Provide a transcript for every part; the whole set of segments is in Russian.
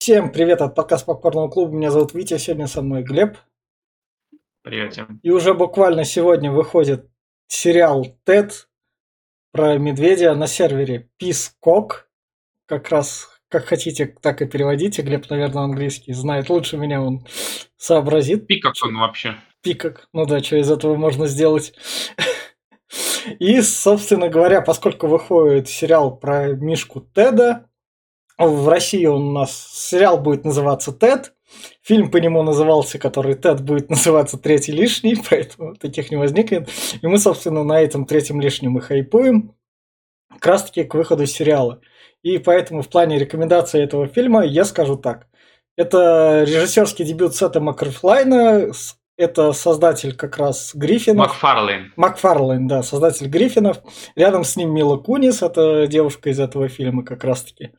Всем привет от подкаста Попкорного клуба. Меня зовут Витя, сегодня со мной Глеб. Привет всем. И уже буквально сегодня выходит сериал «Тед» про медведя на сервере Peacecock. Как раз как хотите, так и переводите. Глеб, наверное, английский знает лучше меня, он сообразит. Как он вообще? Пикок. Ну да, что из этого можно сделать. И, собственно говоря, поскольку выходит сериал про Мишку Теда, в России у нас сериал будет называться «Тед», фильм по нему назывался, который «Тед» будет называться «Третий лишний», поэтому таких не возникнет. И мы, собственно, на этом третьем лишнем и хайпуем, как раз таки к выходу сериала. И поэтому в плане рекомендации этого фильма я скажу так. Это режиссерский дебют Сета Макфарлейна, это создатель как раз Гриффинов. Макфарлейн, да, создатель Гриффинов. Рядом с ним Мила Кунис, это девушка из этого фильма как раз-таки.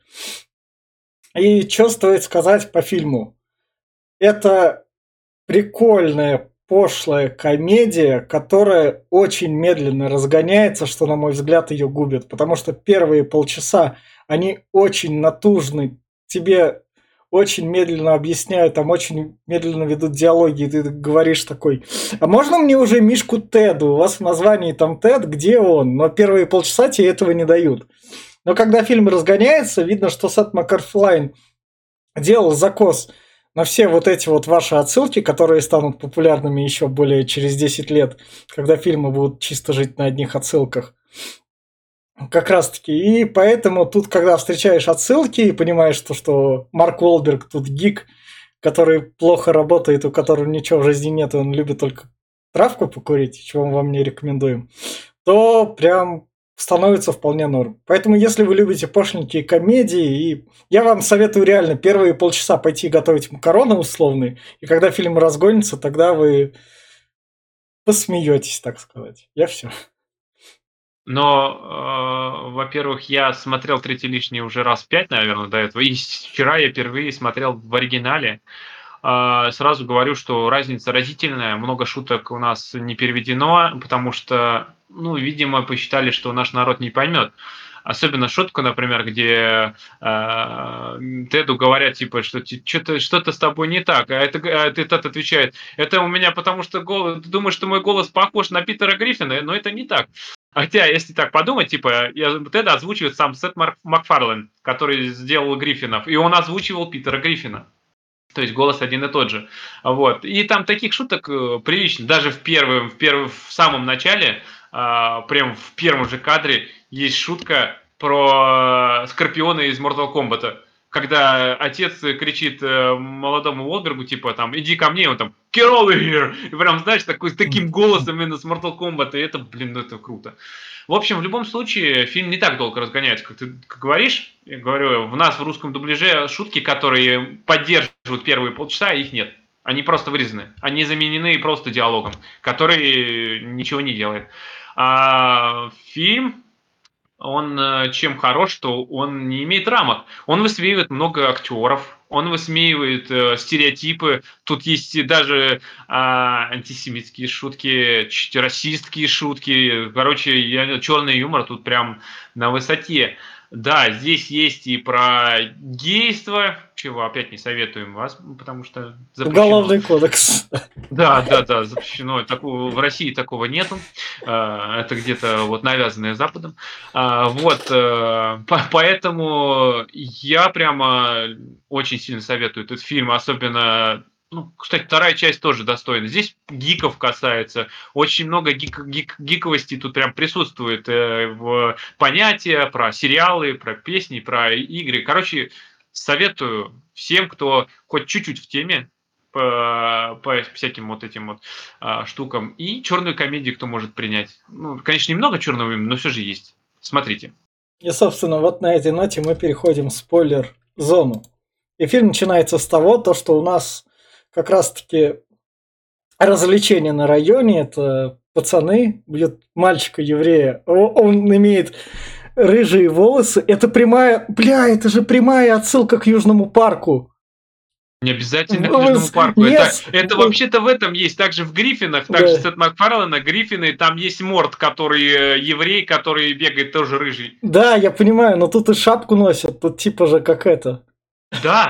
И что стоит сказать по фильму? Это прикольная, пошлая комедия, которая очень медленно разгоняется, что, на мой взгляд, ее губит. Потому что первые полчаса, они очень натужны, тебе очень медленно объясняют, там очень медленно ведут диалоги, и ты говоришь такой, а можно мне уже Мишку Теду? У вас в названии там Тед, где он? Но первые полчаса тебе этого не дают. Но когда фильм разгоняется, видно, что Сет Макфарлейн делал закос на все вот эти вот ваши отсылки, которые станут популярными еще более через 10 лет, когда фильмы будут чисто жить на одних отсылках. Как раз таки. И поэтому тут, когда встречаешь отсылки и понимаешь, что Марк Уолберг тут гик, который плохо работает, у которого ничего в жизни нет, и он любит только травку покурить, чего мы вам не рекомендуем, то прям становится вполне норм. Поэтому, если вы любите пошленькие комедии, и я вам советую реально первые полчаса пойти готовить макароны условные, и когда фильм разгонится, тогда вы посмеетесь, так сказать. Я все. Но, во-первых, я смотрел «Третий лишний» уже раз 5, наверное, до этого. И вчера я впервые смотрел в оригинале. Сразу говорю, что разница разительная. Много шуток у нас не переведено, потому что, видимо, посчитали, что наш народ не поймет. Особенно шутку, например, где Теду говорят, типа, что что-то с тобой не так. Тед отвечает, это у меня потому что ты думаешь, что мой голос похож на Питера Гриффина, но это не так. Хотя, если так подумать, типа, Теда озвучивает сам Сет Макфарлейн, который сделал Гриффинов, и он озвучивал Питера Гриффина. То есть голос один и тот же. Вот. И там таких шуток прилично. Даже в самом начале, прям в первом же кадре, есть шутка про Скорпиона из Mortal Kombat. Когда отец кричит молодому Уолбергу, типа, там, иди ко мне, он там, get over here! И прям, знаешь, с таким голосом именно с Mortal Kombat. И это, это круто. В общем, в любом случае, фильм не так долго разгоняется, как ты говоришь. Я говорю, в нас в русском дубляже шутки, которые поддерживают первые полчаса, их нет. Они просто вырезаны. Они заменены просто диалогом, который ничего не делает. А фильм, он чем хорош, что он не имеет рамок. Он высмеивает много актеров, он высмеивает стереотипы. Тут есть даже антисемитские шутки, расистские шутки. Короче, черный юмор тут прям на высоте. Да, здесь есть и про гейство, чего опять не советуем вас, потому что запрещено. Уголовный кодекс. Да, запрещено. В России такого нету. Это где-то вот навязанное Западом. Поэтому я прямо очень сильно советую этот фильм, особенно. Кстати, вторая часть тоже достойна. Здесь гиков касается. Очень много гиковости тут прям присутствует в понятия про сериалы, про песни, про игры. Короче, советую всем, кто хоть чуть-чуть в теме, по всяким вот этим вот штукам. И черную комедию кто может принять. Конечно, немного черного, но все же есть. Смотрите. И, собственно, вот на этой ноте мы переходим в спойлер-зону. И фильм начинается с того, что у нас как раз-таки развлечение на районе. Это пацаны бьют мальчика-еврея. Он имеет рыжие волосы. Это прямая... Бля, это же прямая отсылка к Южному парку. Не обязательно к Южному парку. Это вообще-то в этом есть. Также в Гриффинах, также Сет Макфарлейна, Гриффины, там есть Морт, который еврей, который бегает тоже рыжий. Да, я понимаю, но тут и шапку носят. Тут типа же как это. Да.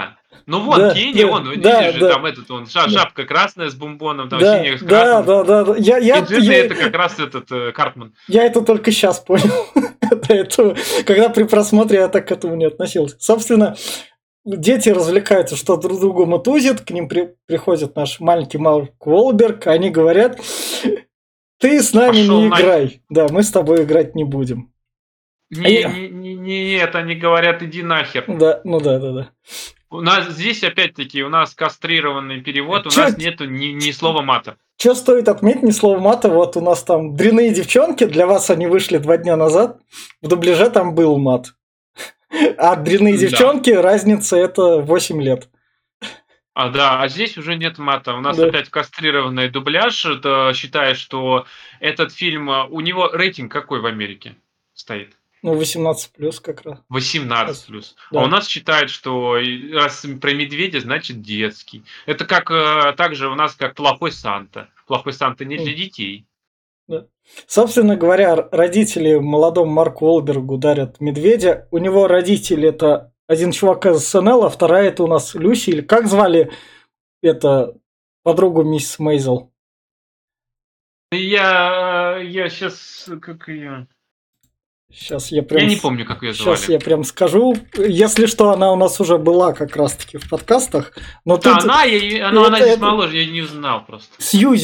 Ну вон, Да, Кенни, да, он, да, видишь же, да, там этот, он, да, шапка красная с бомбоном, там да, синяя с да, красным. да, да, да. И Джинны это как раз этот Картман. Я это только сейчас понял. До этого, когда при просмотре я так к этому не относился. Собственно, дети развлекаются, что друг другу мутузят, к ним приходит наш маленький Марк Уолберг, они говорят, ты с нами Пошел не нахер. играй. Да, мы с тобой играть не будем. И- Нет, они говорят, иди нахер. да, ну да, да, да. У нас здесь, опять-таки, у нас кастрированный перевод, у Чё, нас нету ни слова мата. чё стоит отметить, ни слова мата, вот у нас там дрянные девчонки, для вас они вышли 2 дня назад, в дубляже там был мат. А дрянные Да. девчонки, разница это 8 лет. Да, здесь уже нет мата. У нас Да. опять кастрированный дубляж. Это считает, что этот фильм, у него рейтинг какой в Америке стоит? Ну, 18 плюс как раз. 18 плюс. А у Да. нас считают, что раз про медведя, значит детский. Это как также у нас как плохой Санта. Плохой Санта не для детей. Да. Собственно говоря, родители молодому Марку Уолбергу дарят медведя. У него родители это один чувак из СНЛ, а вторая это у нас Люси. Или как звали это подругу мисс Мейзел? Я сейчас как ее. Сейчас Я не помню, как ее сейчас звали. я прям скажу. Если что, она у нас уже была как раз-таки в подкастах. Но Да, тут она здесь моложе, я не узнал просто.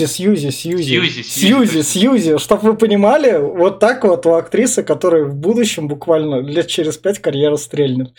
Сьюзи, точно. Сьюзи. Чтоб вы понимали, вот так вот у актрисы, которая в будущем буквально лет через 5 карьера стрельнет.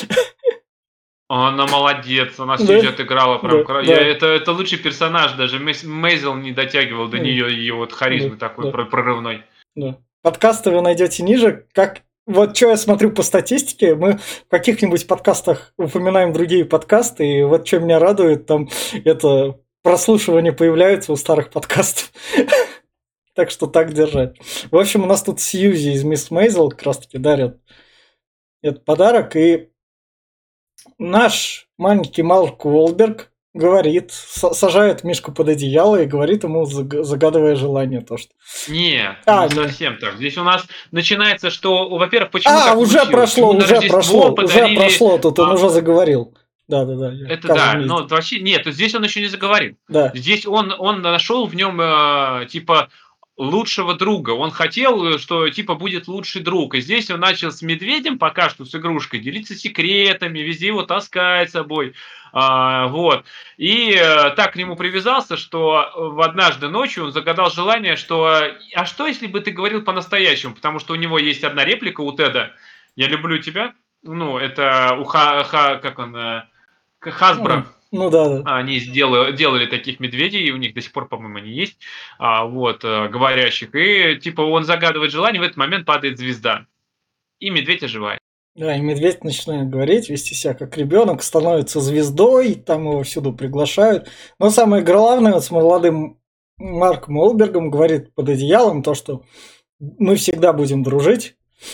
Она молодец, она Да, Сьюзи отыграла прям. да, да, Это лучший персонаж, даже Мейзел не дотягивал до м, нее ее вот да, харизмы такой да, прорывной. да. Подкасты вы найдете ниже. Как вот что я смотрю по статистике, мы в каких-нибудь подкастах упоминаем другие подкасты, и вот что меня радует, там это прослушивание появляются у старых подкастов. Так что так держать. В общем, у нас тут Сьюзи из Мисс Мейзел как раз таки дарят этот подарок, и наш маленький Марк Уолберг говорит, сажает Мишку под одеяло и говорит ему, загадывая желание, то что... Нет, не Не. совсем так. Здесь у нас начинается, что, во-первых, почему так Уже получилось? прошло, Ему на Рождество уже подарили. прошло, тут он уже заговорил. Да, Это каждый да, месяц. но вообще нет, здесь он еще не заговорил. Да, Здесь он нашел в нем типа лучшего друга. Он хотел, что типа будет лучший друг. И здесь он начал с медведем пока что, с игрушкой, делиться секретами, везде его таскать с собой. Вот. И так к нему привязался, что в однажды ночью он загадал желание, что а что если бы ты говорил по-настоящему? Потому что у него есть одна реплика у Теда. Я люблю тебя. Ну, это у как он, Хасбро. ну да. Они делали таких медведей, и у них до сих пор, по-моему, они есть, вот, говорящих. И типа он загадывает желание, в этот момент падает звезда. И медведь оживает. Да, и медведь начинает говорить, вести себя как ребенок, становится звездой, там его всюду приглашают. Но самое главное, вот с молодым Марком Уолбергом говорит под одеялом то, что мы всегда будем дружить.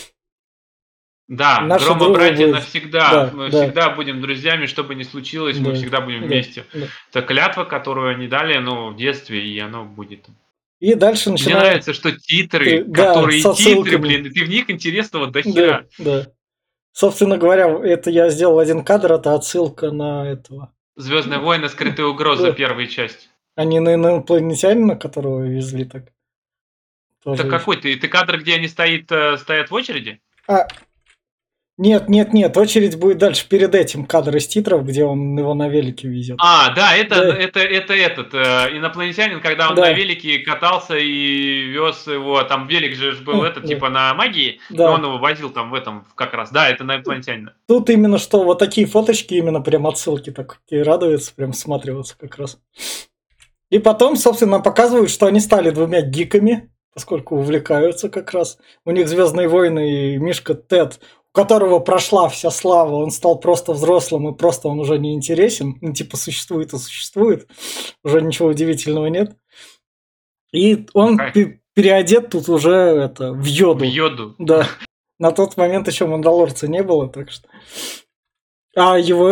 Да, Наша Грома дружба братья будет... навсегда. Да, Мы да, всегда будем друзьями, что бы ни случилось, мы да, всегда будем да, вместе. да. Это клятва, которую они дали, ну, в детстве, и оно будет. И дальше Мне начинают... нравится, что титры, Да, с которые титры, отсылками. блин, и ты в них интересного до Да, хера. да. Собственно говоря, это я сделал один кадр, это отсылка на этого. Звездные войны, скрытая угроза, Да. первая часть. Они на инопланетянина, которого везли, так Это тоже есть. какой ты? Ты кадр, где они стоят в очереди? А, нет, очередь будет дальше, перед этим кадр из титров, где он его на велике везет. Да, это Да, этот инопланетянин, когда он на да, велике катался и вез его, там велик же был этот, да, типа на магии, и он да. его возил там в этом, как раз, да, это на инопланетянина. Тут именно что вот такие фоточки, именно прям отсылки такие радуются, прям всматриваться как раз. И потом, собственно, показывают, что они стали двумя гиками, поскольку увлекаются как раз. У них Звездные войны и Мишка Тед, у которого прошла вся слава, он стал просто взрослым, и просто он уже не интересен. Ну, типа, существует и существует. Уже ничего удивительного нет. И он переодет тут уже в йоду. В йоду. Да. На тот момент еще Мандалорца не было, так что... А его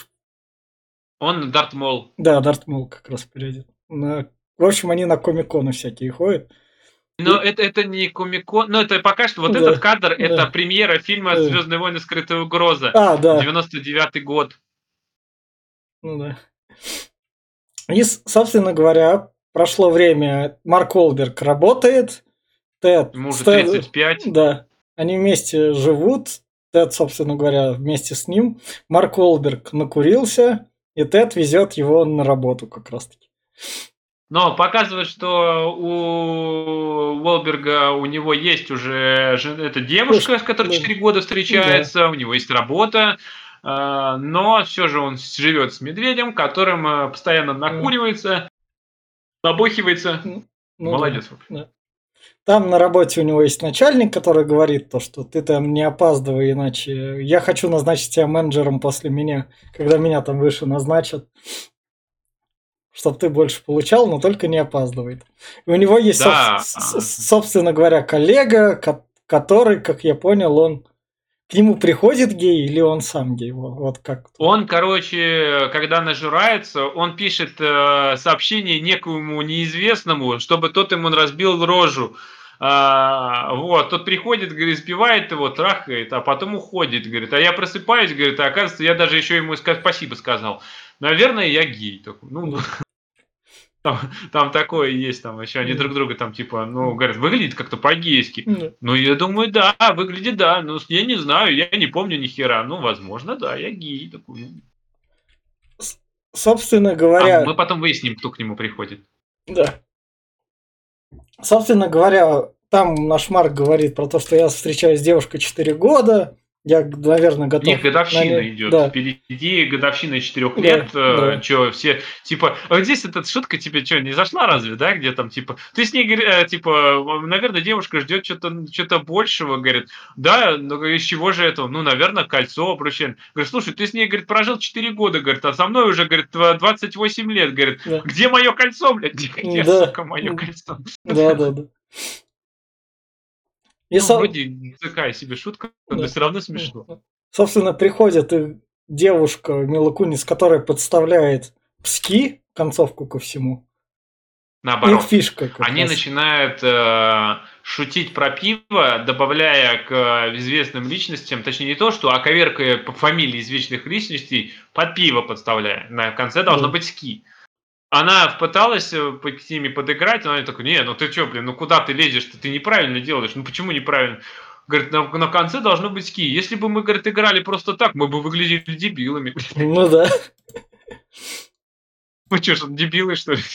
Он Дарт Мол. Да, Дарт Мол как раз переодет. В общем, они на комик-коны всякие ходят. Но это не комик-кон, но это пока что вот Да, этот кадр, да, это премьера фильма да. «Звездные войны. Скрытая угроза», Да. 99-й год. Ну да. И, собственно говоря, прошло время, Марк Уолберг работает, Тед, Ему уже Тед, 35. да, они вместе живут, Тед, собственно говоря, вместе с ним. Марк Уолберг накурился, и Тед везет его на работу как раз-таки. Но показывает, что у Уолберга у него есть уже эта девушка, с которой 4 года встречается, у него есть работа, но все же он живет с медведем, которым постоянно накуривается, набухивается. Ну Молодец. да. Там на работе у него есть начальник, который говорит то, что ты там не опаздывай, иначе я хочу назначить тебя менеджером после меня, когда меня там выше назначат, чтобы ты больше получал, но только не опаздывай. И у него есть, Да. собственно говоря, коллега, который, как я понял, он к нему приходит гей или он сам гей? Вот как. Он, короче, когда нажирается, он пишет сообщение некоему неизвестному, чтобы тот ему разбил рожу. Вот, тот приходит, говорит, сбивает его, трахает, а потом уходит, говорит, а я просыпаюсь, говорит, а оказывается, я даже еще ему спасибо сказал. Наверное, я гей. Ну, там такое есть, там еще они друг друга там типа, ну, говорят, выглядит как-то по-гейски. Ну, я думаю, да, выглядит, да, но я не знаю, я не помню ни хера. Ну, возможно, да, я гей такой. Собственно говоря... мы потом выясним, кто к нему приходит. Да. Собственно говоря, там наш Марк говорит про то, что я встречаюсь с девушкой 4 года, я, наверное, готов... У них годовщина идет. Да. Впереди годовщина 4 лет. Да. Че, все, типа, вот здесь эта шутка тебе что, не зашла разве, да? Где там, типа, ты с ней, типа, наверное, девушка ждет что-то большего, говорит, да, но из чего же этого? Ну, наверное, кольцо, обручение. Говорит, слушай, ты с ней, говорит, прожил 4 года, говорит, а со мной уже, говорит, 28 лет, говорит, Да. где мое кольцо, блядь? Где, сука, мое кольцо? Да. И вроде такая себе шутка, но все равно смешно. Собственно, приходит и девушка Мила Кунис, которая подставляет пски, концовку ко всему. Наоборот. Их фишка Они начинают шутить про пиво, добавляя к известным личностям, точнее не то, что, а коверкая по фамилии известных личностей, под пиво подставляя. На конце должно быть ски. Она пыталась с ними подыграть, но они такой, не, ну ты что, блин, ну куда ты лезешь-то, ты неправильно делаешь, ну почему неправильно? Говорит, на конце должно быть ски. Если бы мы, говорит, играли просто так, мы бы выглядели дебилами. Ну да. Мы что, дебилы, что ли?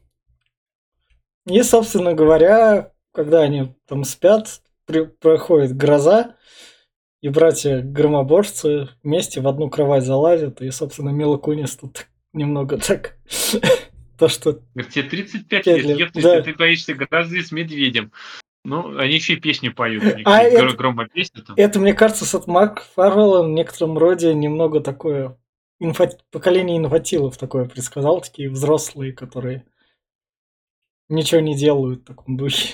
И, собственно говоря, когда они там спят, проходит гроза, и братья-громоборцы вместе в одну кровать залазят, и, собственно, Мила Кунис тут немного так... То, что... Тебе 35 лет, если ты боишься грозы с медведем. Ну, они еще и песню поют. Грома песня там. Это, мне кажется, с Марк Фаррелл в некотором роде немного такое... Поколение инфантилов такое предсказал, такие взрослые, которые ничего не делают в таком духе.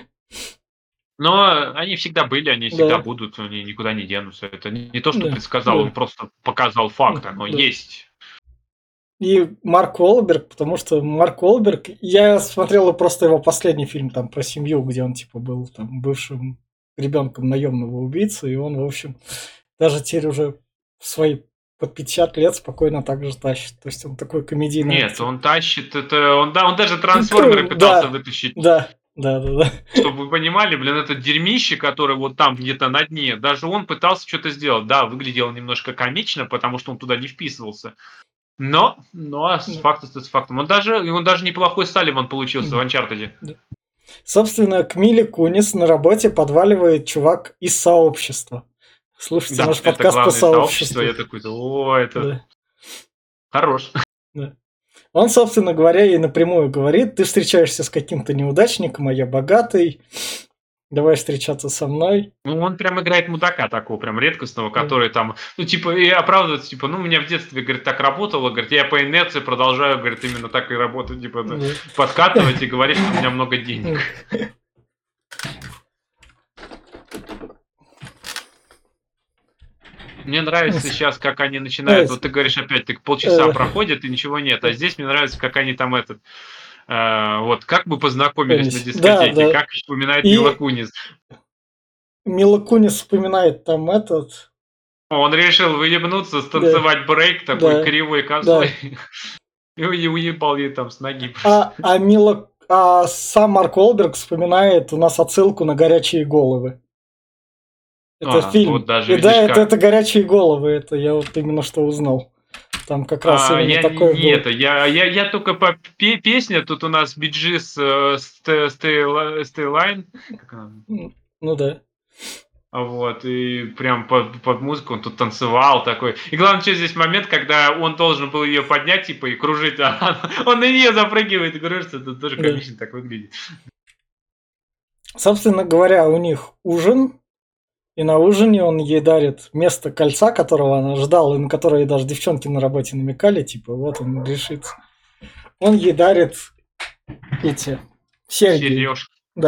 Но они всегда были, они всегда будут, они никуда не денутся. Это не то, что предсказал, он просто показал факт, оно есть. И Марк Уолберг, потому что Марк Уолберг, я смотрел просто его последний фильм там про семью, где он типа был там бывшим ребенком наемного убийцы, и он, в общем, даже теперь уже в свои под 50 лет спокойно так же тащит. То есть он такой комедийный. Нет, он тащит, это он даже трансформеры пытался вытащить. Да. Чтобы вы понимали, блин, это дерьмище, которое вот там где-то на дне, даже он пытался что-то сделать. Да, выглядело немножко комично, потому что он туда не вписывался. Но факт остается фактом. Он даже неплохой Салливан получился в Анчартеде. Собственно, к Миле Кунис на работе подваливает чувак из сообщества. Слушайте наш подкаст по сообществу. Я такой, это хорош. Да. Он, собственно говоря, ей напрямую говорит, ты встречаешься с каким-то неудачником, а я богатый, давай встречаться со мной. Ну, он прям играет мудака такого, прям редкостного, который там, ну, типа, и оправдывается, типа, ну, у меня в детстве, говорит, так работало, говорит, я по инерции продолжаю, говорит, именно так и работать, типа, подкатывать и говорить, что у меня много денег. Мне нравится сейчас, как они начинают, вот ты говоришь опять, ты полчаса проходит и ничего нет, а здесь мне нравится, как они там вот как мы познакомились на дискотеке, как вспоминает Мила Кунис. Мила Кунис вспоминает там Он решил выебнуться, станцевать брейк такой да, кривой да. косой и уебал ей там с ноги просто. Сам Марк Уолберг вспоминает у нас отсылку на «Горячие головы». Это Вот фильм. даже И да, видишь как. это «Горячие головы». Это я вот именно что узнал. Там как раз именно Я такое не было. это, я только по песне, тут у нас Биджис Stay Line, как она? Ну да. Вот, и прям под музыку он тут танцевал такой. И главное, что здесь момент, когда он должен был ее поднять, типа, и кружить, а он на нее запрыгивает и кружится, это тоже Да. комично так выглядит. Собственно говоря, у них ужин, и на ужине он ей дарит вместо кольца, которого она ждала, и на которое даже девчонки на работе намекали, типа, вот он решится. Он ей дарит эти серьги. Сережки. Да.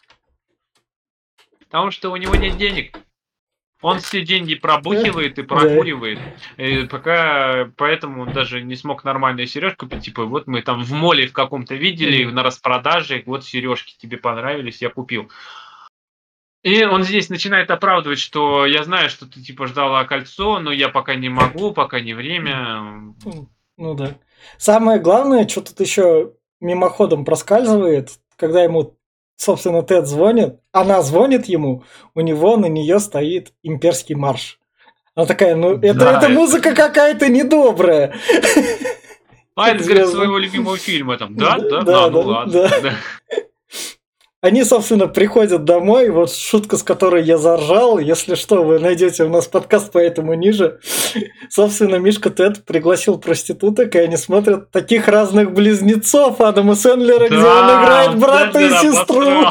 Потому что у него нет денег. Он все деньги пробухивает и Да. прокуривает. И пока поэтому он даже не смог нормальную сережку купить. Типа, вот мы там в моле в каком-то видели на распродаже, вот сережки тебе понравились, я купил. И он здесь начинает оправдывать, что я знаю, что ты типа ждала кольцо, но я пока не могу, пока не время. Ну да. Самое главное, что тут еще мимоходом проскальзывает, когда ему, собственно, Тед звонит, она звонит ему, у него на нее стоит имперский марш. Она такая, ну это музыка какая-то недобрая. Это, говорит, своего любимого фильма там. Да, ну ладно. Да. Они, собственно, приходят домой. Вот шутка, с которой я заржал. Если что, вы найдете у нас подкаст, поэтому ниже. Собственно, Мишка Тед пригласил проституток, и они смотрят таких разных близнецов Адама Сэндлера, где он играет брата и сестру.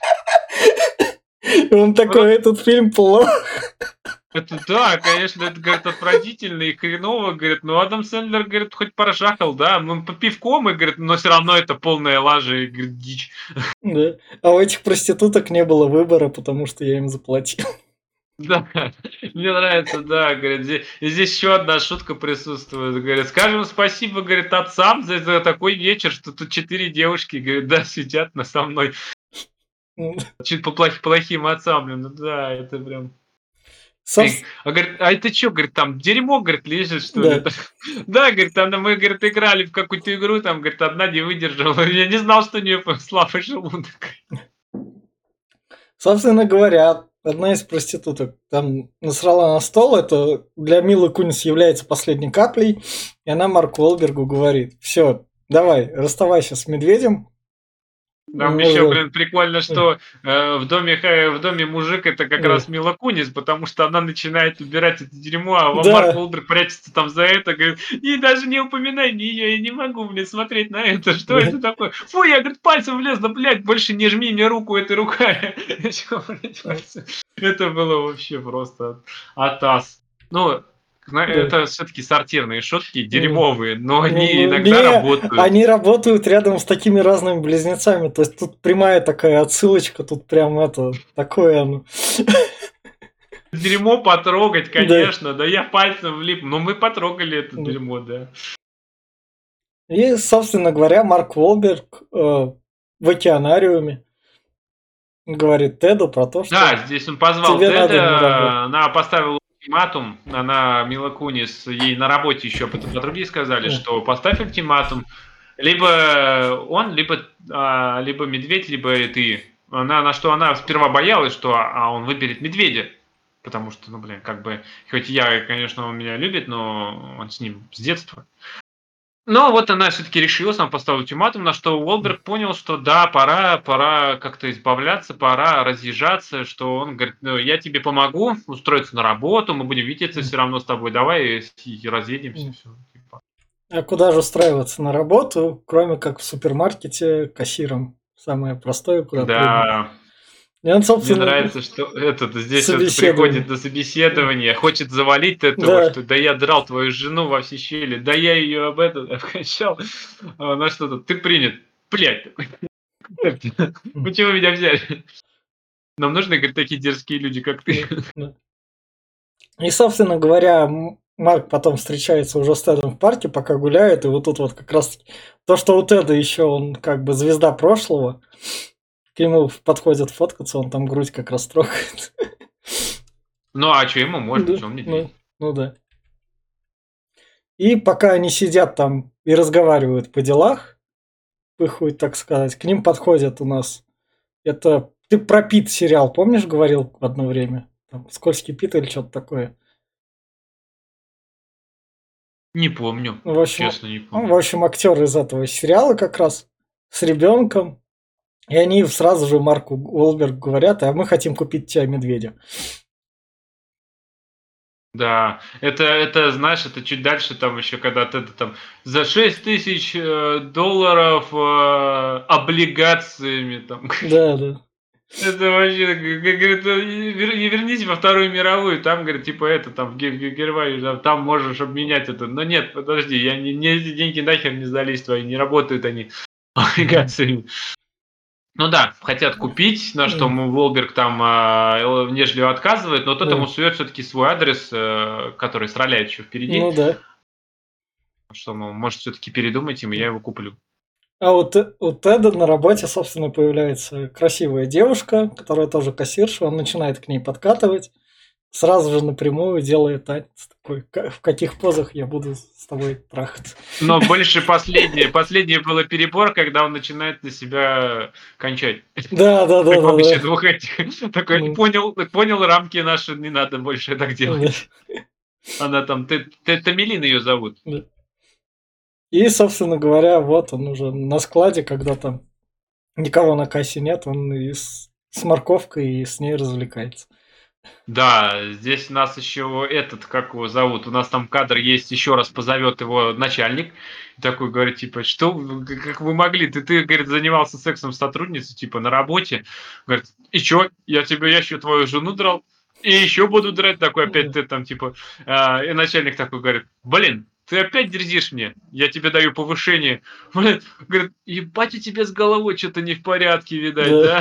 И он такой, этот фильм плох. Это да, конечно, это, говорит, отвратительно и хреново, говорит, но Адам Сэндлер, говорит, хоть поржахал, да, ну, по пивком, и, говорит, но все равно это полная лажа и, говорит, дичь. Да, а у этих проституток не было выбора, потому что я им заплатил. Да, мне нравится, да, говорит, здесь еще одна шутка присутствует, говорит, скажем спасибо, говорит, отцам за такой вечер, что тут 4 девушки, говорит, да, сидят со мной. Чуть по плохим отцам, блин, ну да, это прям... говорит, а это что, говорит, там дерьмо, говорит, лежит, что ли? Да, говорит, там мы, говорит, играли в какую-то игру, там, говорит, одна не выдержала. Я не знал, что у нее слабый желудок. Собственно говоря, одна из проституток там насрала на стол, это для Милы Кунис является последней каплей, и она Марку Уолбергу говорит, все, давай, расставайся с медведем. Там еще, блин, прикольно, что в доме мужик это как раз Мила Кунис, потому что она начинает убирать это дерьмо, а Марк Уолберг прячется там за это, говорит, и даже не упоминай ее, я не могу, блин, смотреть на это, что это такое? Фу, я, говорит, пальцем влезла, блядь, больше не жми мне руку этой рукой. Это было вообще просто атас. Ну, это все-таки сортирные шутки, дерьмовые, но они иногда работают. Они работают рядом с такими разными близнецами. То есть тут прямая такая отсылочка, тут прям это такое оно. Дерьмо потрогать, конечно, да я пальцем влип, но мы потрогали это дерьмо, да. И, собственно говоря, Марк Уолберг в океанариуме говорит Теду про то, что... Да, здесь он позвал Теда, она поставила ультиматум, она, Мила Кунис, ей на работе еще подруги сказали, что поставь ультиматум, либо он, либо медведь, либо ты. На что она сперва боялась, что он выберет медведя, потому что, ну, блин, как бы, хоть я, конечно, он меня любит, но он с ним с детства. Но вот она все-таки решилась, она поставила ультиматум, на что Уолберг понял, что да, пора как-то избавляться, пора разъезжаться, что он говорит, ну, я тебе помогу устроиться на работу, мы будем видеться все равно с тобой, давай и разъедемся. Все, типа. А куда же устраиваться на работу, кроме как в супермаркете кассиром? Самое простое, куда да. И он, собственно, мне нравится, что здесь приходит на собеседование, хочет завалить этого, что да я драл твою жену во все щели, да я ее об этом обкачал, на что-то, ты принят, блядь. Почему меня взяли? Нам нужны, говорит, такие дерзкие люди, как ты. И, собственно говоря, Марк потом встречается уже с Тедом в парке, пока гуляет, и вот тут вот как раз то, что у Теда еще он как бы звезда прошлого, к нему подходит фоткаться, он там грудь как раз трогает. Ну, а что ему можно, что он не Ну да. И пока они сидят там и разговаривают по делах, пыхают, так сказать, к ним подходят у нас. Это ты про Пит сериал, помнишь, говорил одно время? Там, Скользкий Пит или что-то такое. Не помню, В общем, честно не в помню. общем, актер из этого сериала как раз с ребенком. И они сразу же Марку Уолбергу говорят, а мы хотим купить тебя, медведя. Да, это, знаешь, это чуть дальше там еще, когда ты там за 6000 долларов облигациями там. Да, да. Это вообще, говорит, верните во Вторую мировую, там, говорит, типа это, там, в Германии, там можешь обменять это. Но нет, подожди, мне эти деньги нахер не сдались твои, не работают они облигациями. Ну да, хотят купить, на что Волберг там вежливо отказывает, но тот ему Да. сует все-таки свой адрес, который сраляет еще впереди, Ну да. что, мол, может, все-таки передумать им, и я его куплю. А вот у Теда на работе, собственно, появляется красивая девушка, которая тоже кассирша, он начинает к ней подкатывать, сразу же напрямую делает танец такой, в каких позах я буду с тобой трахаться. Но больше последнее было перебор, когда он начинает на себя кончать. Да, да, При да, да, помощи да. двух этих. Такой, Ну, понял рамки наши, не надо больше так да, делать. Она там, Тамилин ее зовут. да. И, собственно говоря, вот он уже на складе, когда там никого на кассе нет, он и с морковкой и с ней развлекается. Да, здесь у нас еще этот, как его зовут, у нас там кадр есть, еще раз позовет его начальник, и такой говорит, типа, что, как вы могли, ты, говорит, занимался сексом с сотрудницей, типа, на работе, говорит, и что, я еще твою жену драл, и еще буду драть, такой опять Да, ты там, типа, и начальник такой говорит, блин, ты опять дерзишь мне, я тебе даю повышение, блин, говорит, ебать, у тебя с головой что-то не в порядке, видать, да. да?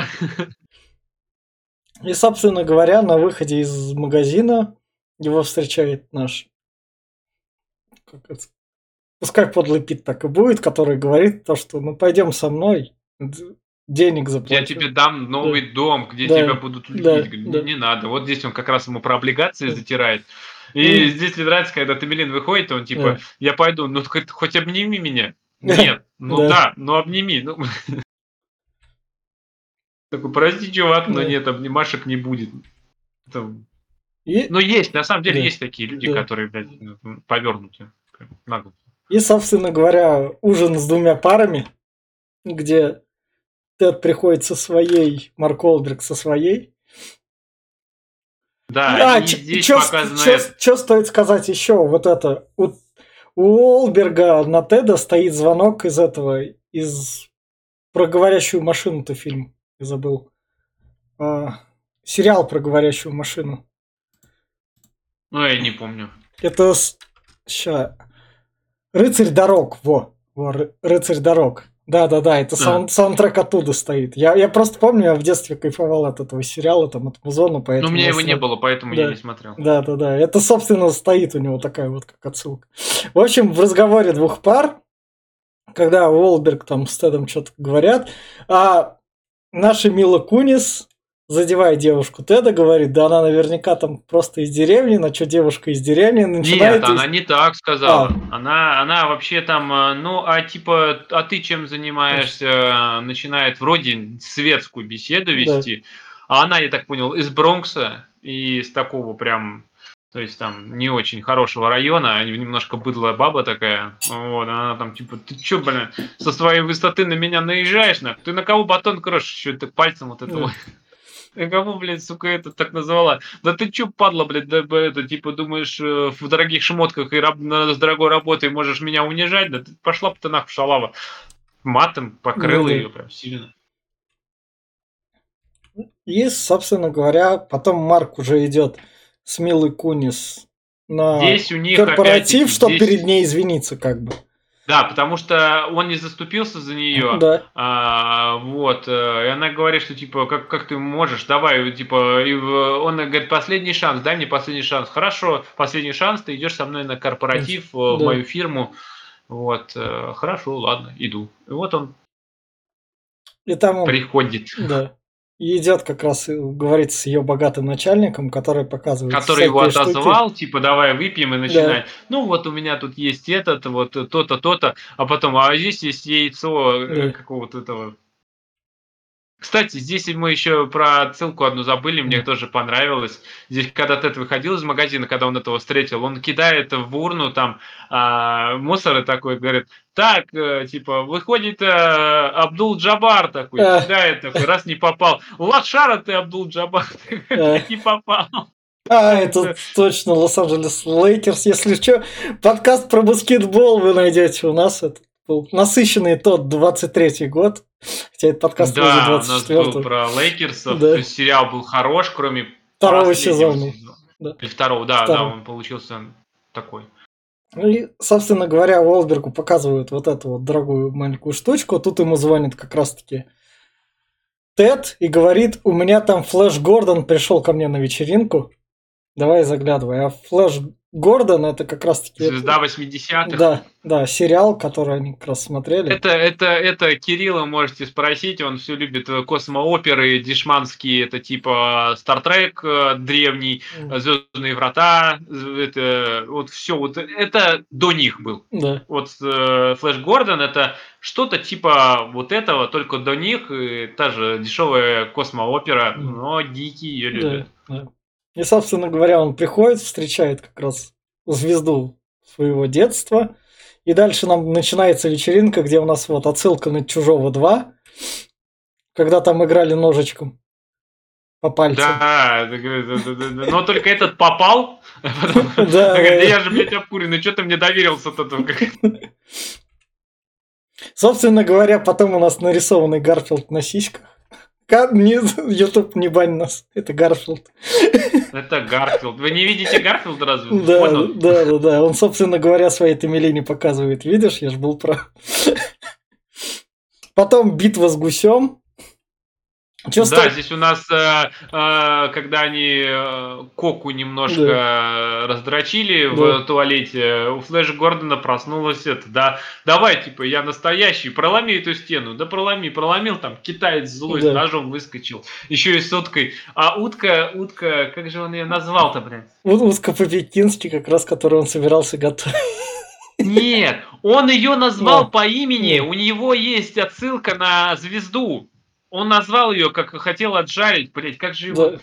И, собственно говоря, на выходе из магазина его встречает наш, как это, пускай подлый Пит так и будет, который говорит то, что ну пойдем со мной, денег Я тебе заплачу. дам Да, новый дом, где тебя да, будут любить. да, Говорю, не, да, не надо. Вот здесь он как раз ему про облигации да. затирает. И И, здесь мне нравится, когда Тамилин выходит, он типа, да, я пойду, ну хоть обними меня. Нет, ну да, да, ну обними. Ну, такой, прости, чувак, но да. нет, обнимашек не будет. Это- И, Ну, есть, на самом деле, да, есть такие люди, да. которые, блядь, повернуты. Нагло. И, собственно говоря, ужин с двумя парами, где Тед приходит со своей, Марк Уолберг со своей. Да, и здесь показано это. Что стоит сказать еще? Вот это. У Уолберга на Теда стоит звонок из этого, из про говорящую машину-то фильм. Я забыл. А, сериал про говорящую машину. Ну, я не помню. Это ща, Рыцарь дорог. Рыцарь дорог. Да-да-да, это А. саундтрек оттуда стоит. Я просто помню, я в детстве кайфовал от этого сериала, там, от музона, Ну, у поэтому меня я его не сразу... было, поэтому я не Да, смотрел. да-да-да. Это, собственно, стоит у него такая вот как отсылка. В общем, в разговоре двух пар, когда Уолберг там с Тедом что-то говорят, а наша Мила Кунис, задевая девушку Теда, говорит, да она наверняка там просто из деревни, на что девушка из деревни Нет, начинает... она не так А, сказала. Она вообще там, ну, типа, а ты чем занимаешься? Начинает вроде светскую беседу да. вести. А она, я так понял, из Бронкса и из такого прям, то есть там не очень хорошего района, немножко быдлая баба такая. Вот, она там типа, ты чё, блин, со своей высоты на меня наезжаешь, на? Ты на кого батон крошишь? Еще это пальцем вот Да. этого. Кому, блядь, сука, это так назвала? Да ты чё, падла, блядь, да, это, типа, думаешь, в дорогих шмотках и с дорогой работой можешь меня унижать? Да ты пошла бы ты нахуй, шалава. Матом Ну покрыла да. ее прям сильно. И, собственно говоря, потом Марк уже идет с Милой Кунис на Здесь у них, корпоратив, опять-таки, чтобы перед здесь... ней извиниться, как бы. Да, потому что он не заступился за нее, Да. вот, и она говорит, что, типа, как ты можешь, давай, типа, он говорит, последний шанс, дай мне последний шанс. Хорошо, последний шанс, ты идешь со мной на корпоратив в Да. мою фирму, вот, хорошо, ладно, иду. И вот он И там он, приходит. да. И идет как раз, говорит с ее богатым начальником, который показывает Который его всякие штуки. отозвал, типа, давай выпьем, и Да. начинает. Ну, вот у меня тут есть этот, вот то-то, то-то, а потом, а здесь есть яйцо Да. какого-то этого. Кстати, здесь мы еще про отсылку одну забыли, мне Да. тоже понравилось. Здесь, когда Тед выходил из магазина, когда он этого встретил, он кидает в урну там мусор и такой, говорит, так, типа, выходит Абдул-Джабар такой, кидает такой, раз не попал. Лошара ты, Абдул-Джабар, не попал. Это точно Лос-Анджелес Лейкерс. Если что, подкаст про баскетбол вы найдете у нас. Это был насыщенный тот 23-й год. Хотя этот подкаст выйдет Да, у нас 24-го. был про Лейкерсов, Да. то есть сериал был хорош, кроме Второго последнего сезона. сезона. Или второго, да, он получился такой. И, собственно говоря, Уолбергу показывают вот эту вот дорогую маленькую штучку. Тут ему звонит как раз-таки Тед и говорит, у меня там Флэш Гордон пришел ко мне на вечеринку. Давай заглядывай. А Флэш Гордон это как раз-таки... Звезда 80-х. Да, сериал, который они как раз смотрели. Это Кирилла можете спросить, он все любит космооперы, дешманские, это типа Стартрек древний, Звездные врата, это вот все, вот это до них был. Да. Вот Флэш Гордон это что-то типа вот этого, только до них, и та же дешевая космоопера, но дикие ее любят. Да. И, собственно говоря, он приходит, встречает как раз звезду своего детства. И дальше нам начинается вечеринка, где у нас вот отсылка на Чужого 2, когда там играли ножичком по пальцу. Да, но только этот попал. Да, я же, блядь, обкуренный, что ты мне доверился-то только? Собственно говоря, потом у нас нарисованный Гарфилд на сиськах. Ютуб не бань нас, это Гарфилд. Это Гарфилд. Вы не видите Гарфилда разве? Да. Он, собственно говоря, своей Тамилине показывает. Видишь, я ж был прав. Потом битва с гусем. Да, здесь у нас, когда они Коку немножко раздрочили в туалете, у Флэша Гордона проснулась это, да, давай, типа, я настоящий, проломи эту стену, да проломил, там, китаец злой с ножом выскочил, еще и с уткой, а утка, как же он ее назвал-то, блядь? Утка по-пекински, как раз, которую он собирался готовить. Нет, он ее назвал по имени, у него есть отсылка на звезду. Он назвал ее, как хотел отжарить, блять, как же его...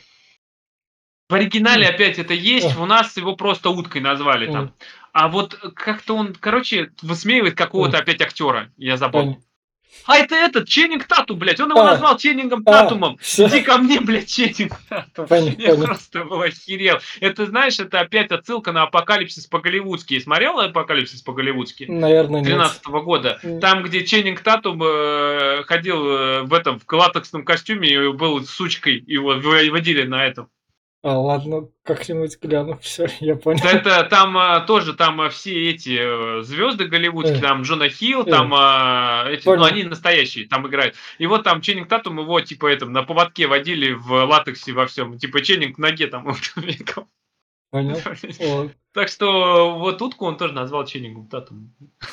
В оригинале опять это есть, у нас его просто уткой назвали там. А вот как-то он, короче, высмеивает какого-то опять актера, я забыл. А это этот, Ченнинг Татум, блядь, он его назвал Ченнингом Татумом. Иди ко мне, блядь, Ченнинг Татум. Я просто был охерел. Это, знаешь, это опять отсылка на Апокалипсис по-голливудски. Смотрел Апокалипсис по-голливудски? Наверное, нет. 13-го года. Там, где Ченнинг Татум ходил в латексном костюме и был сучкой, его водили на этом. Ладно, как-нибудь гляну, все, я понял. Это там тоже там все эти звезды голливудские, там Джона Хилл, там они настоящие, там играют. И вот там Ченнинг Татум его типа на поводке водили в латексе во всем, типа Ченнинг в ноге там. Понял. Так что вот утку он тоже назвал Ченнингом Татумом.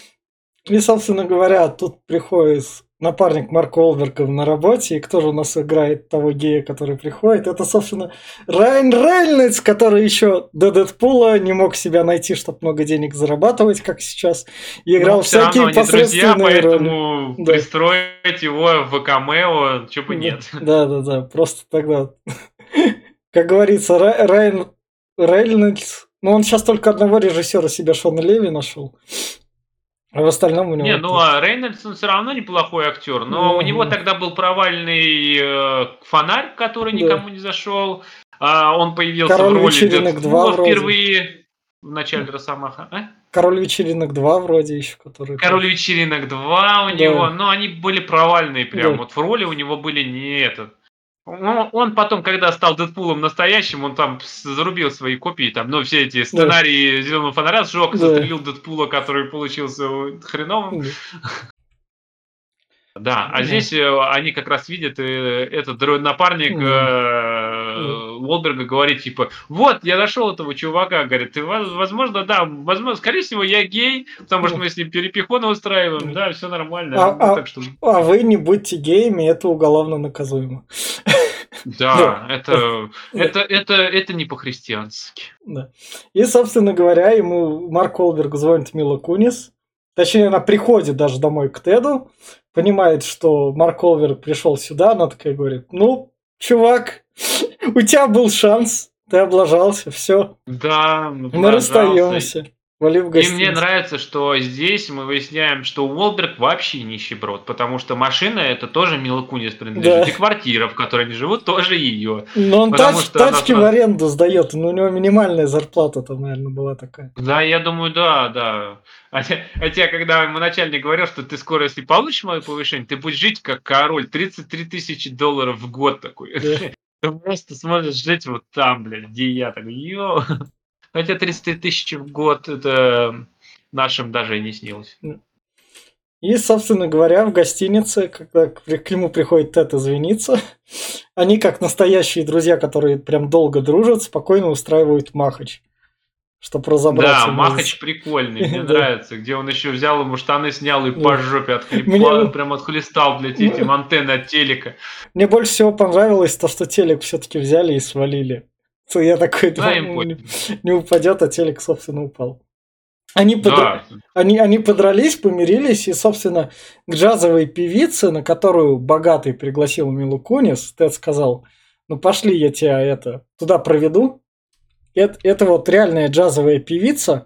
И, собственно говоря, тут приходит напарник Марка Уолберга на работе, и кто же у нас играет того гея, который приходит? Это, собственно, Райан Рейнольдс, который еще до Дэдпула не мог себя найти, чтобы много денег зарабатывать, как сейчас, и играл всякие посредственные роли. Поэтому пристроить его в камео, чего бы нет. Да, просто тогда, как говорится, Райан Рейнольдс, он сейчас только одного режиссера себя, Шона Леви, нашел. А в остальном у него... а Рейнольдс, он все равно неплохой актер, но у него тогда был провальный фонарь, который никому не зашел. Он появился Король в роли вечеринок 2 впервые в начале Росомаха. Король вечеринок 2 вроде еще, который... Король вечеринок 2 у него, но они были провальные прям. Вот в роли у него были не этот. Он потом, когда стал Дэдпулом настоящим, он там зарубил свои копии, там, все эти сценарии Зеленого фонаря сжег, застрелил Дэдпула, который получился хреновым. Да, а здесь они как раз видят, этот напарник Уолберга говорит, типа, вот, я нашел этого чувака, говорит, ты, возможно, скорее всего, я гей, потому что мы с ним перепихоны устраиваем, да, все нормально. А вы не будьте геями, это уголовно наказуемо. Да, Да. это не по-христиански. Да. И, собственно говоря, ему Марк Уолберг звонит Мила Кунис. Точнее, она приходит даже домой к Теду, понимает, что Марк Уолберг пришел сюда, она такая говорит, ну, чувак, у тебя был шанс, ты облажался, все, Да, мы облажался. расстаемся, вали в И мне гостиницу. нравится, что здесь мы выясняем, что Уолберг вообще нищеброд, потому что машина это тоже Мила Кунис Да. принадлежит, и квартира, в которой они живут, тоже ее. Но он Потому что она тачки в сразу... аренду сдает, но у него минимальная зарплата там, наверное, была такая. Да, я думаю, да, да. Хотя, когда ему начальник говорил, что ты скоро, если получишь мое повышение, ты будешь жить как король, 33 тысячи долларов в год такой. Да. Ты просто сможешь жить вот там, блядь, где я. Такой, йо. Хотя 33 тысячи в год, это нашим даже и не снилось. И, собственно говоря, в гостинице, когда к нему приходит Тед извиниться, они, как настоящие друзья, которые прям долго дружат, спокойно устраивают махач, чтобы разобраться Да, между Махач прикольный, мне Да. нравится, где он еще взял ему штаны, снял и по Да. жопе Мне, прям отхлестал, блядь, этим антенны от телека. мне больше всего понравилось то, что телек все-таки взяли и свалили. Я такой Да, думал, им ну, пофиг. не упадет, а телек, собственно, упал. Они, Да, они подрались, помирились, и, собственно, к джазовой певице, на которую богатый пригласил Милу Кунис, Тед сказал, ну пошли, я тебя туда проведу. Это вот реальная джазовая певица,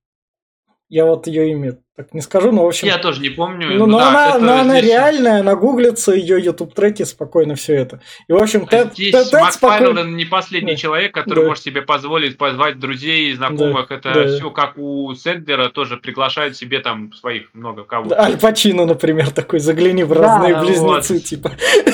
я вот ее имя так не скажу, но в общем, я тоже не помню, ну, ну да, но это она здесь... реальная, она гуглится, ее YouTube треки спокойно все это. И в общем, Здесь Тед спокойно. Макфарлен не последний Да, человек, который да, может себе позволить позвать друзей, да, знакомых. Это да. все как у Сэндлера тоже приглашают себе там своих много Да, кого. Аль Пачино, например, такой, загляни в разные Да, вот. близнецы, типа.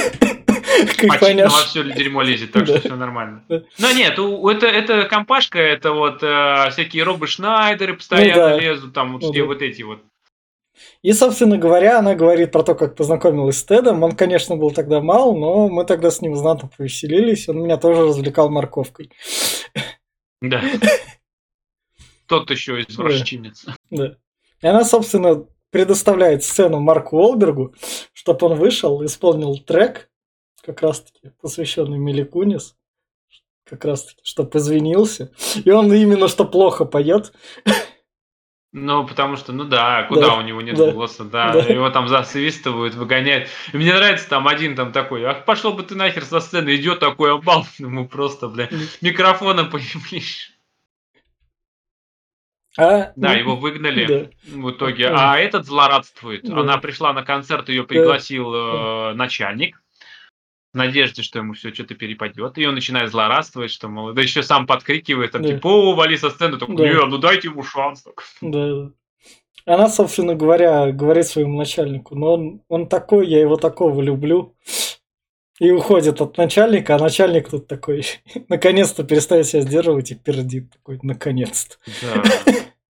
Как Починно во поняшь. все дерьмо лезет, так что Да, все нормально. да. Но нет, это компашка, это вот всякие Робы Шнайдеры Ну постоянно да, лезут, там вот ну все да. вот эти вот. И, собственно говоря, она говорит про то, как познакомилась с Тедом. Он, конечно, был тогда мал, но мы тогда с ним знатно повеселились. Он меня тоже развлекал морковкой. Да. Тот еще Да, извращенец. да. И она, собственно, предоставляет сцену Марку Уолбергу, чтобы он вышел, исполнил трек, как раз-таки посвященный Миле Кунис, как раз-таки, чтобы извинился. И он именно что плохо поет. Ну, потому что, ну да, куда Да, у него нет да, голоса, да, да. его там засвистывают, выгоняют. И мне нравится там один там такой, ах, пошел бы ты нахер со сцены, идет такой обал, ему просто, бля, микрофоном появились. А, Да, его выгнали да, в итоге, а этот злорадствует. Она да, пришла на концерт, ее да, пригласил да, начальник, в надежде, что ему все что-то перепадет. И он начинает злорадствовать, что, мол, да еще сам подкрикивает, там, да, типа, о, вали со сцены, такой, да, не, ну дайте ему шанс. Так. да. Она, собственно говоря, говорит своему начальнику, но он такой, я его такого люблю. И уходит от начальника, а начальник тут такой, наконец-то перестает себя сдерживать и пердит. Такой, наконец-то. Да.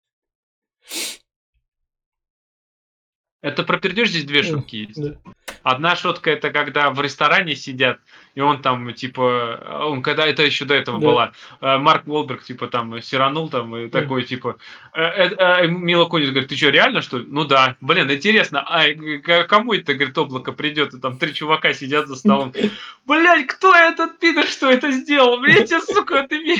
Это про пердеж здесь две шутки есть. Да, Одна шутка это когда в ресторане сидят, и он там, типа, он когда это еще до этого да, была, Марк Уолберг, типа, там, сиранул там, и да. такой, типа, Мила Кунис говорит, ты что, реально, что ли? Ну да, блин, интересно, кому это, говорит, облако придет, и там 3 чувака сидят за столом. Блять, кто этот пидор, что это сделал? Блять, тебе, сука, ты...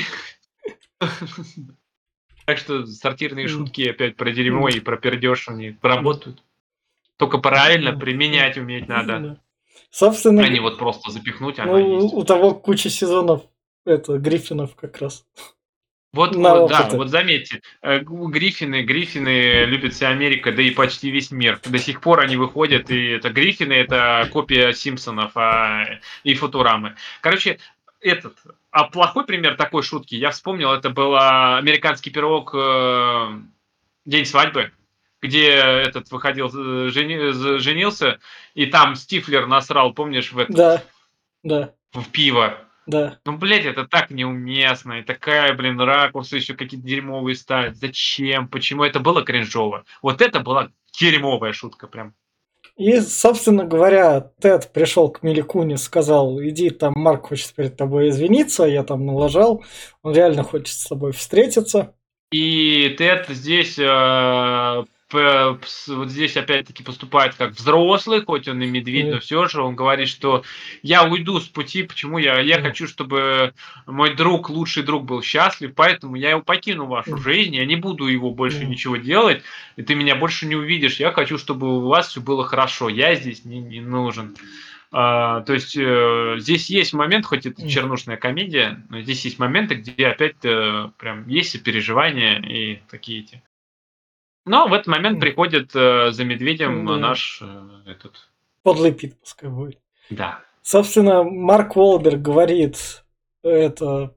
Так что сортирные шутки опять про дерьмо и про пердеж, они работают. Только правильно применять уметь надо. Да. Собственно, А не вот просто запихнуть, ну, оно есть. у того куча сезонов, Гриффинов как раз. Вот, На да, опыте. вот заметьте, Гриффины любит вся Америка, да и почти весь мир. До сих пор они выходят, и это Гриффины, это копия Симпсонов и Футурамы. Короче, плохой пример такой шутки, я вспомнил, это был американский пирог «День свадьбы», где этот выходил, женился, и там Стифлер насрал, помнишь, Да, да, в пиво. да. Ну, блядь, это так неуместно. И такая, блин, ракурсы еще какие-то дерьмовые ставят. Зачем? Почему? Это было кринжово. Вот это была дерьмовая шутка прям. И, собственно говоря, Тед пришел к Миле Кунис, сказал, иди, там Марк хочет перед тобой извиниться, я там налажал, он реально хочет с тобой встретиться. И Тед здесь вот здесь опять-таки поступает как взрослый, хоть он и медведь, но все же он говорит, что я уйду с пути, почему я хочу, чтобы мой друг, лучший друг был счастлив, поэтому я его покину вашу жизнь, я не буду его больше ничего делать, и ты меня больше не увидишь, я хочу, чтобы у вас все было хорошо, я здесь не нужен. То есть здесь есть момент, хоть это чернушная комедия, но здесь есть моменты, где опять прям есть сопереживания и такие эти. Но в этот момент приходит за медведем наш этот... Подлый Пит, пускай будет. Да. Собственно, Марк Уолберг говорит это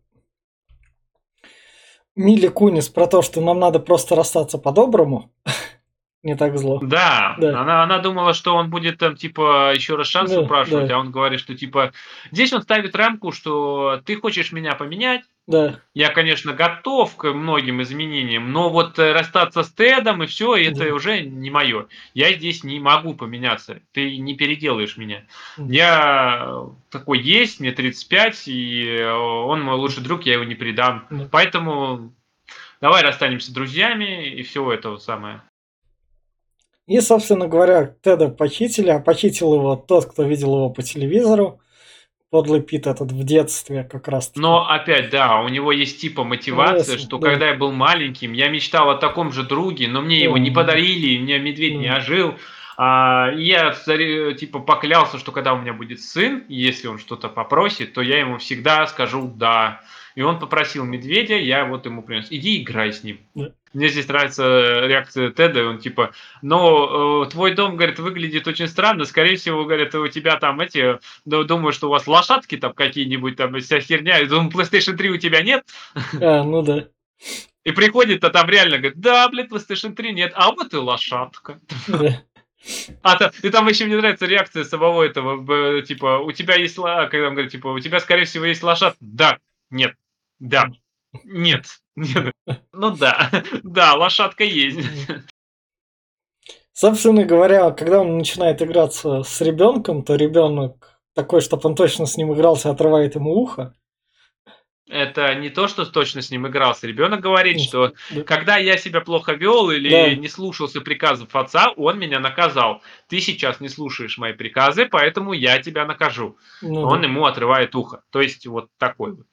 Миле Кунис про то, что нам надо просто расстаться по-доброму. Не так зло. Да, она думала, что он будет там, типа, еще раз шанс упрашивать, а он говорит, что, типа, здесь он ставит рамку, что ты хочешь меня поменять, я, конечно, готов к многим изменениям, но вот расстаться с Тедом и все, это уже не мое. Я здесь не могу поменяться, ты не переделаешь меня. Я такой есть, мне 35, и он мой лучший друг, я его не предам. Поэтому давай расстанемся друзьями и все это самое. И, собственно говоря, Теда похитили, а похитил его тот, кто видел его по телевизору. Подлый Пит этот в детстве как раз. Но опять, да, у него есть типа мотивация, что когда я был маленьким, я мечтал о таком же друге, но мне его не подарили, мне медведь не ожил. Я типа поклялся, что когда у меня будет сын, если он что-то попросит, то я ему всегда скажу «да». И он попросил медведя, я вот ему принес. Иди играй с ним. Мне здесь нравится реакция Теда, он типа, ну, твой дом, говорит, выглядит очень странно, скорее всего, говорит, у тебя там эти, думаю, что у вас лошадки там какие-нибудь, там вся херня, я думаю, PlayStation 3 у тебя нет? Ну да. И приходит, а там реально говорит, да, блин, PlayStation 3 нет, а вот и лошадка. И там еще мне нравится реакция самого этого, типа, у тебя есть, когда он говорит, типа, у тебя, скорее всего, есть лошадка, да, нет, да, нет. Ну да, да, лошадка есть. Собственно говоря, когда он начинает играться с ребенком, то ребенок такой, чтобы он точно с ним игрался, отрывает ему ухо. Это не то, что точно с ним игрался. Ребенок говорит, что когда я себя плохо вел или не слушался приказов отца, он меня наказал. Ты сейчас не слушаешь мои приказы, поэтому я тебя накажу. Он ему отрывает ухо. То есть вот такой вот.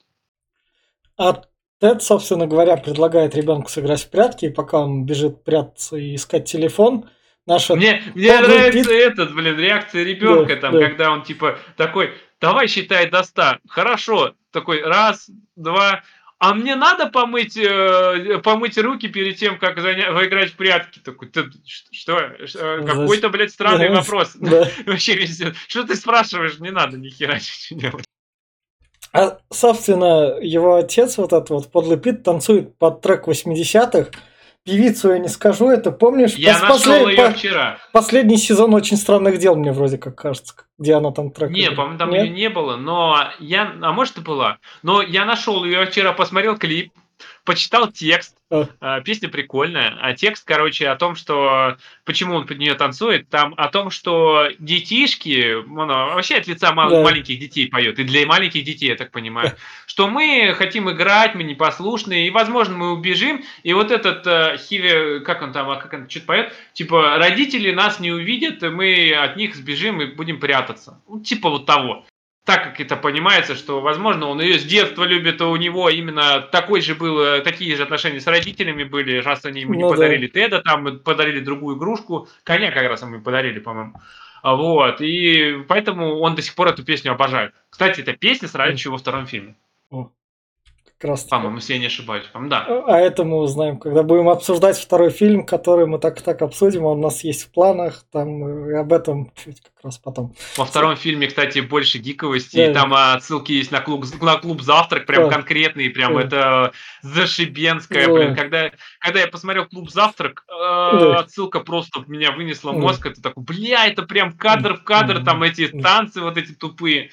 А Тед, собственно говоря, предлагает ребенку сыграть в прятки, и пока он бежит прятаться и искать телефон, мне нравится реакция ребенка, когда он типа такой, давай считай до 100. Хорошо, такой, 1, 2. А мне надо помыть руки перед тем, как играть в прятки. Такой, что? Какой-то, блядь, странный вопрос. Вообще, что ты спрашиваешь? Не надо ни хера ничего делать. А, собственно, его отец, вот этот вот подлый Пит, танцует под трек 80-х. Певицу я не скажу, это помнишь? Я нашел ее вчера. Последний сезон «Очень странных дел», мне вроде как кажется, где она там трек. Не, по-моему, там ее не было, но а может и была. Но я нашел ее вчера, посмотрел клип, почитал текст. Песня прикольная. А текст, короче, о том, что почему он под нее танцует, там о том, что детишки, он вообще от лица маленьких детей поет, и для маленьких детей, я так понимаю, что мы хотим играть, мы непослушные, и, возможно, мы убежим, и вот этот Хиви, как он что-то поет, типа, родители нас не увидят, и мы от них сбежим и будем прятаться. Ну, типа вот того. Так как это понимается, что, возможно, он ее с детства любит, и у него именно такие же отношения с родителями были, раз они ему не подарили Теда, там подарили другую игрушку, коня как раз ему подарили, по-моему. Вот, и поэтому он до сих пор эту песню обожает. Кстати, эта песня сыграет еще во втором фильме. По-моему, если я не ошибаюсь. Да. А это мы узнаем, когда будем обсуждать второй фильм, который мы так обсудим. Он у нас есть в планах, там и об этом чуть как раз потом. Во втором фильме, кстати, больше гиковости. Да. Там отсылки есть на клуб «Завтрак», прям конкретные, прям это зашибенское. Блин, когда я посмотрел «Клуб Завтрак», отсылка просто меня вынесла мозг. Это такой, бля, это прям кадр в кадр, там эти танцы вот эти тупые.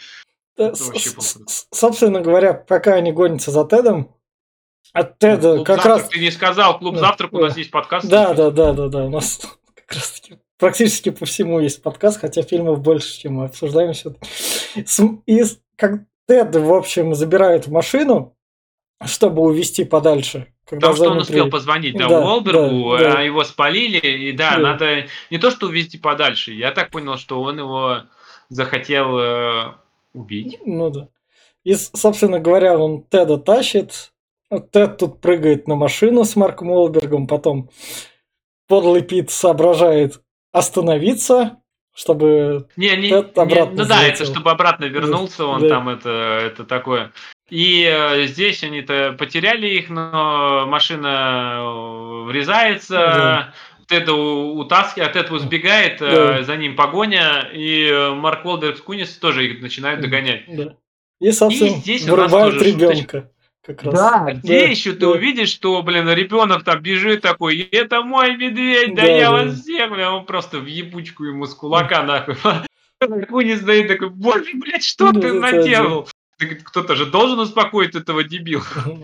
Собственно говоря, пока они гонятся за Тедом, от Теда как раз... Ты не сказал, «Клуб Завтрак», у нас есть подкаст. Да, у нас как раз таки практически по всему есть подкаст, хотя фильмов больше, чем мы обсуждаем все. И как Тед, в общем, забирает машину, чтобы увезти подальше, Когда Потому что он Зоня успел при... позвонить, да, Да, да, Уолбергу, да, а его спалили, и да, да, надо не то что увезти подальше, я так понял, что он его захотел убить. ну да. И, собственно говоря, он Теда тащит. Тед тут прыгает на машину с Марком Уолбергом, потом подлый Пит соображает остановиться, чтобы Тед обратно Ну да, это залетел. чтобы обратно Да, вернулся, он да, там это такое. И здесь они-то потеряли их, но машина да, врезается, Теда утаскивает, Тед сбегает, да, за ним погоня, и Марк Уолберг с Кунис тоже их начинают догонять. да. И, И собственно, здесь у нас вырубают тоже шуточка. ребенка как раз. Да, где Да, еще ты да, увидишь, что, блин, ребенок там бежит такой, это мой медведь, да да, я да. вас всех, бля, он просто в ебучку ему с кулака нахуй. Куни стоит такой, боже, блядь, что Да, ты да, да, да. наделал? Кто-то же должен успокоить этого дебила.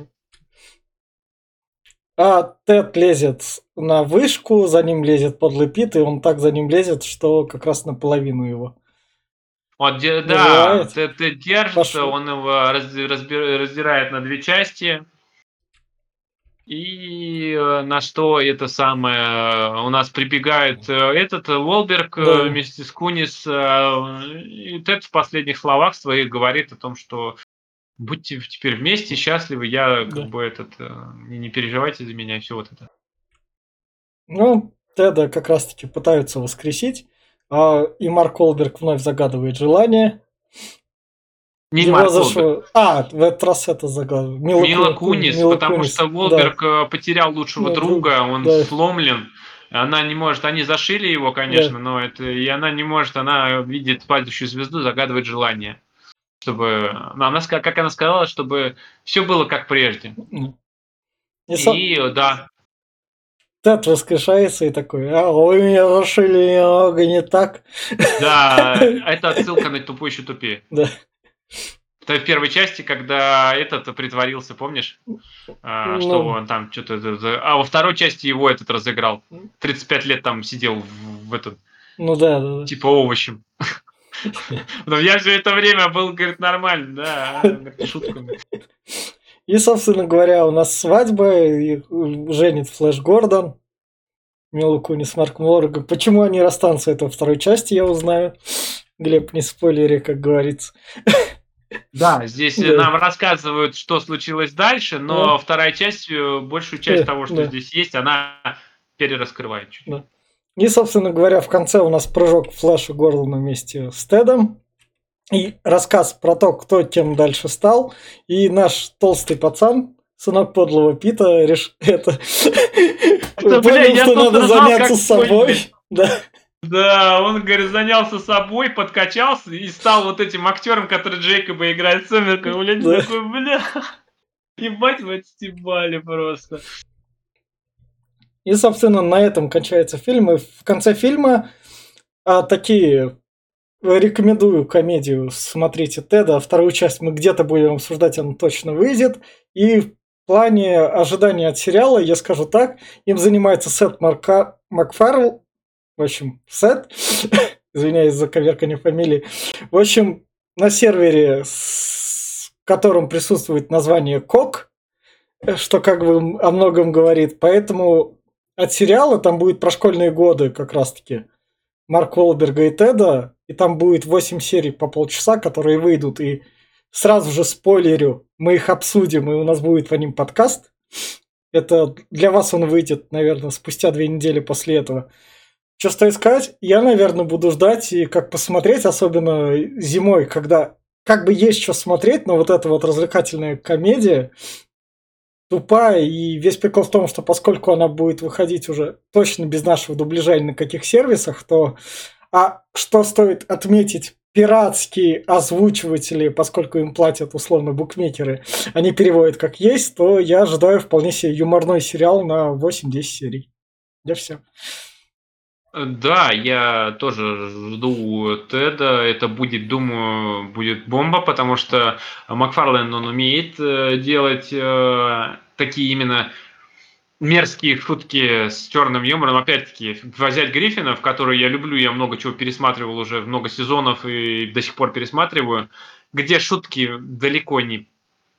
А Тед лезет на вышку, за ним лезет подлый Пит, и он так за ним лезет, что как раз наполовину его Вот, да, вырывает. ты держится, Пошел. он его раздирает на две части. И на что это самое у нас прибегает этот Уолберг Да, вместе с Кунис, и Тед в последних словах своих говорит о том, что будьте теперь вместе, счастливы, я как да. бы не переживайте за меня, и все вот это. Ну, Теда как раз-таки пытаются воскресить, и Марк Уолберг вновь загадывает желание. Не Его Марк Уолберг, зашло... А, в этот раз это загадывает. Мила Кунис, Мила потому Кунис. что Да, Уолберг потерял лучшего ну, друг. друга, он Да, сломлен. Она не может, они зашили его, да. конечно, но и она не может, она видит падающую звезду, загадывает желание. Чтобы, ну, как она сказала, чтобы все было как прежде. И И да, Тед воскрешается и такой, а вы меня зашили немного не так. да, это отсылка на «Тупой еще тупее». Да. Это в первой части, когда этот притворился, помнишь? Что Ну, он там что-то... А во второй части его этот разыграл. 35 лет там сидел в этот, ну да, да, типа овощем. Но я все это время был, говорит, нормально, да, говорит, шутками. да. И, собственно говоря, у нас свадьба, и женит Флэш Гордон, Милу Кунис с Марком Уолбергом. Почему они расстанутся, это во второй части, я узнаю. Глеб, не спойлери, как говорится. Да, здесь Да, нам рассказывают, что случилось дальше, да, но вторая часть, большую часть того, что да, здесь есть, она перераскрывает чуть-чуть. да. И, собственно говоря, в конце у нас прыжок Флэша Гордона вместе с Тедом. И рассказ про то, кто тем дальше стал. И наш толстый пацан, сынок подлого Пита, Это, бля, понял, я что тут надо ржал заняться как конь, блядь. собой. Да, Да, он, говорит, занялся собой, подкачался и стал вот этим актером, который Джейкоба играет в «Сумерках». Блядь, да. такой, бля, ебать вы отстебали просто. И, собственно, на этом кончается фильм. И в конце фильма такие рекомендую комедию «Смотрите Теда». Вторую часть мы где-то будем обсуждать, она точно выйдет. И в плане ожидания от сериала, я скажу так, им занимается Сет Макфарл. В общем, Сет, извиняюсь за коверкание фамилии. В общем, на сервере, в котором присутствует название Кок, что как бы о многом говорит. Поэтому от сериала там будет про школьные годы как раз-таки Марк Уолберга и Теда, и там будет 8 серий по полчаса, которые выйдут, и сразу же спойлерю, мы их обсудим, и у нас будет по ним подкаст. Это для вас он выйдет, наверное, спустя 2 недели после этого. Что сказать, я, наверное, буду ждать и как посмотреть, особенно зимой, когда как бы есть что смотреть, но вот эта вот развлекательная комедия тупая, и весь прикол в том, что поскольку она будет выходить уже точно без нашего дубляжа ни на каких сервисах, то... А что стоит отметить, пиратские озвучиватели, поскольку им платят условно букмекеры, они переводят как есть, то я ожидаю вполне себе юморной сериал на 8-10 серий. Я все. Да, я тоже жду Теда. Это будет, думаю, будет бомба, потому что Макфарлейн, он умеет делать такие именно мерзкие шутки с черным юмором. Опять-таки, взять Гриффинов, который я люблю, я много чего пересматривал уже, много сезонов и до сих пор пересматриваю, где шутки далеко не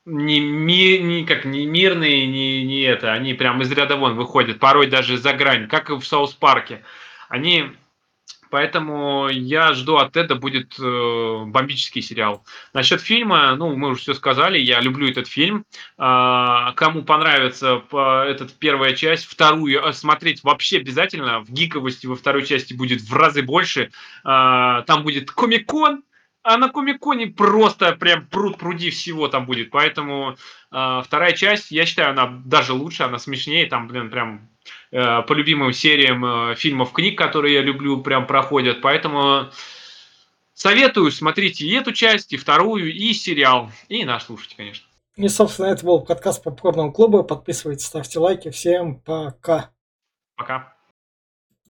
не мирные, не это. Они прям из ряда вон выходят, порой даже за грань, как и в Саус Парке. Они Поэтому я жду от Теда будет бомбический сериал. Насчет фильма, ну, мы уже все сказали, я люблю этот фильм. Кому понравится этот первая часть, вторую смотреть вообще обязательно. В гиковости во второй части будет в разы больше. Там будет Комик-кон, а на Комик-коне просто прям пруд-пруди всего там будет. Поэтому вторая часть, я считаю, она даже лучше, она смешнее. Там, блин, прям по любимым сериям фильмов, книг, которые я люблю, прям проходят. Поэтому советую, смотрите и эту часть, и вторую, и сериал, и наш слушайте, конечно. И, собственно, это был подкаст Попкорного клуба. Подписывайтесь, ставьте лайки. Всем пока. Пока.